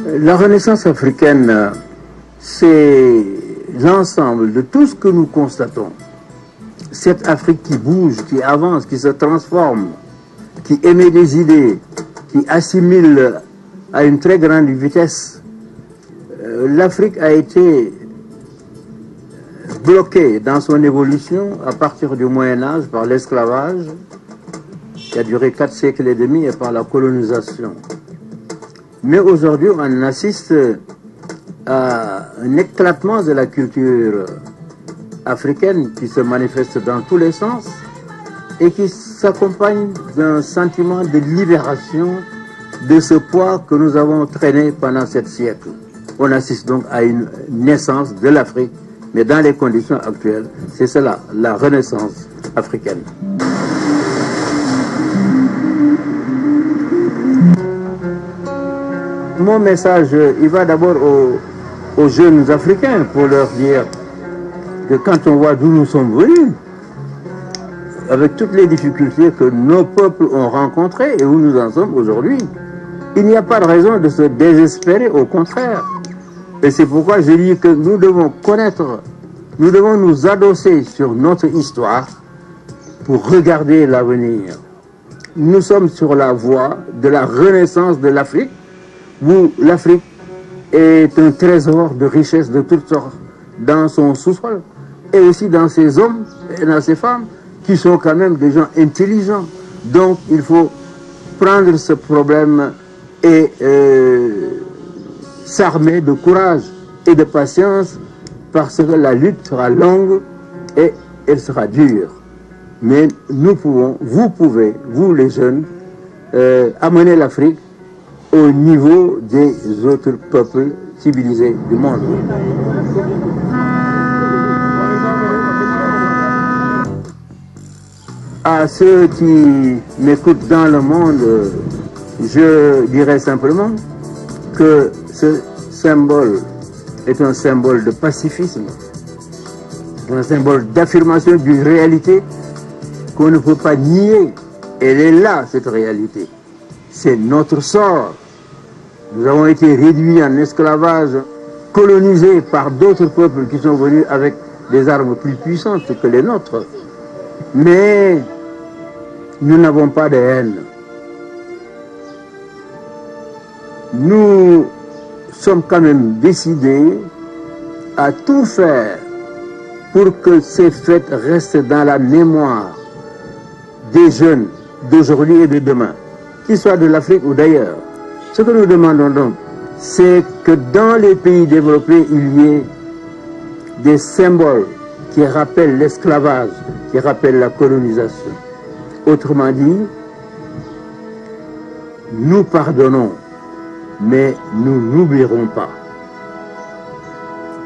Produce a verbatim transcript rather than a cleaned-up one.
La Renaissance africaine, c'est l'ensemble de tout ce que nous constatons. Cette Afrique qui bouge, qui avance, qui se transforme, qui émet des idées, qui assimile à une très grande vitesse. L'Afrique a été bloquée dans son évolution à partir du Moyen-Âge par l'esclavage, qui a duré quatre siècles et demi, et par la colonisation. Mais aujourd'hui, on assiste à un éclatement de la culture africaine qui se manifeste dans tous les sens et qui s'accompagne d'un sentiment de libération de ce poids que nous avons traîné pendant sept siècles. On assiste donc à une naissance de l'Afrique, mais dans les conditions actuelles, c'est cela, la renaissance africaine. Mon message, il va d'abord aux, aux jeunes Africains pour leur dire que quand on voit d'où nous sommes venus, avec toutes les difficultés que nos peuples ont rencontrées et où nous en sommes aujourd'hui, il n'y a pas de raison de se désespérer, au contraire. Et c'est pourquoi je dis que nous devons connaître, nous devons nous adosser sur notre histoire pour regarder l'avenir. Nous sommes sur la voie de la renaissance de l'Afrique, où l'Afrique est un trésor de richesses de toutes sortes dans son sous-sol, et aussi dans ses hommes et dans ses femmes, qui sont quand même des gens intelligents. Donc il faut prendre ce problème et euh, s'armer de courage et de patience, parce que la lutte sera longue et elle sera dure. Mais nous pouvons, vous pouvez, vous les jeunes, euh, amener l'Afrique au niveau des autres peuples civilisés du monde. À ceux qui m'écoutent dans le monde, je dirais simplement que ce symbole est un symbole de pacifisme, un symbole d'affirmation d'une réalité qu'on ne peut pas nier. Elle est là, cette réalité. C'est notre sort. Nous avons été réduits en esclavage, colonisés par d'autres peuples qui sont venus avec des armes plus puissantes que les nôtres. Mais nous n'avons pas de haine. Nous sommes quand même décidés à tout faire pour que ces fêtes restent dans la mémoire des jeunes d'aujourd'hui et de demain, qu'ils soient de l'Afrique ou d'ailleurs. Ce que nous demandons donc, c'est que dans les pays développés, il y ait des symboles qui rappellent l'esclavage, qui rappellent la colonisation. Autrement dit, nous pardonnons, mais nous n'oublierons pas.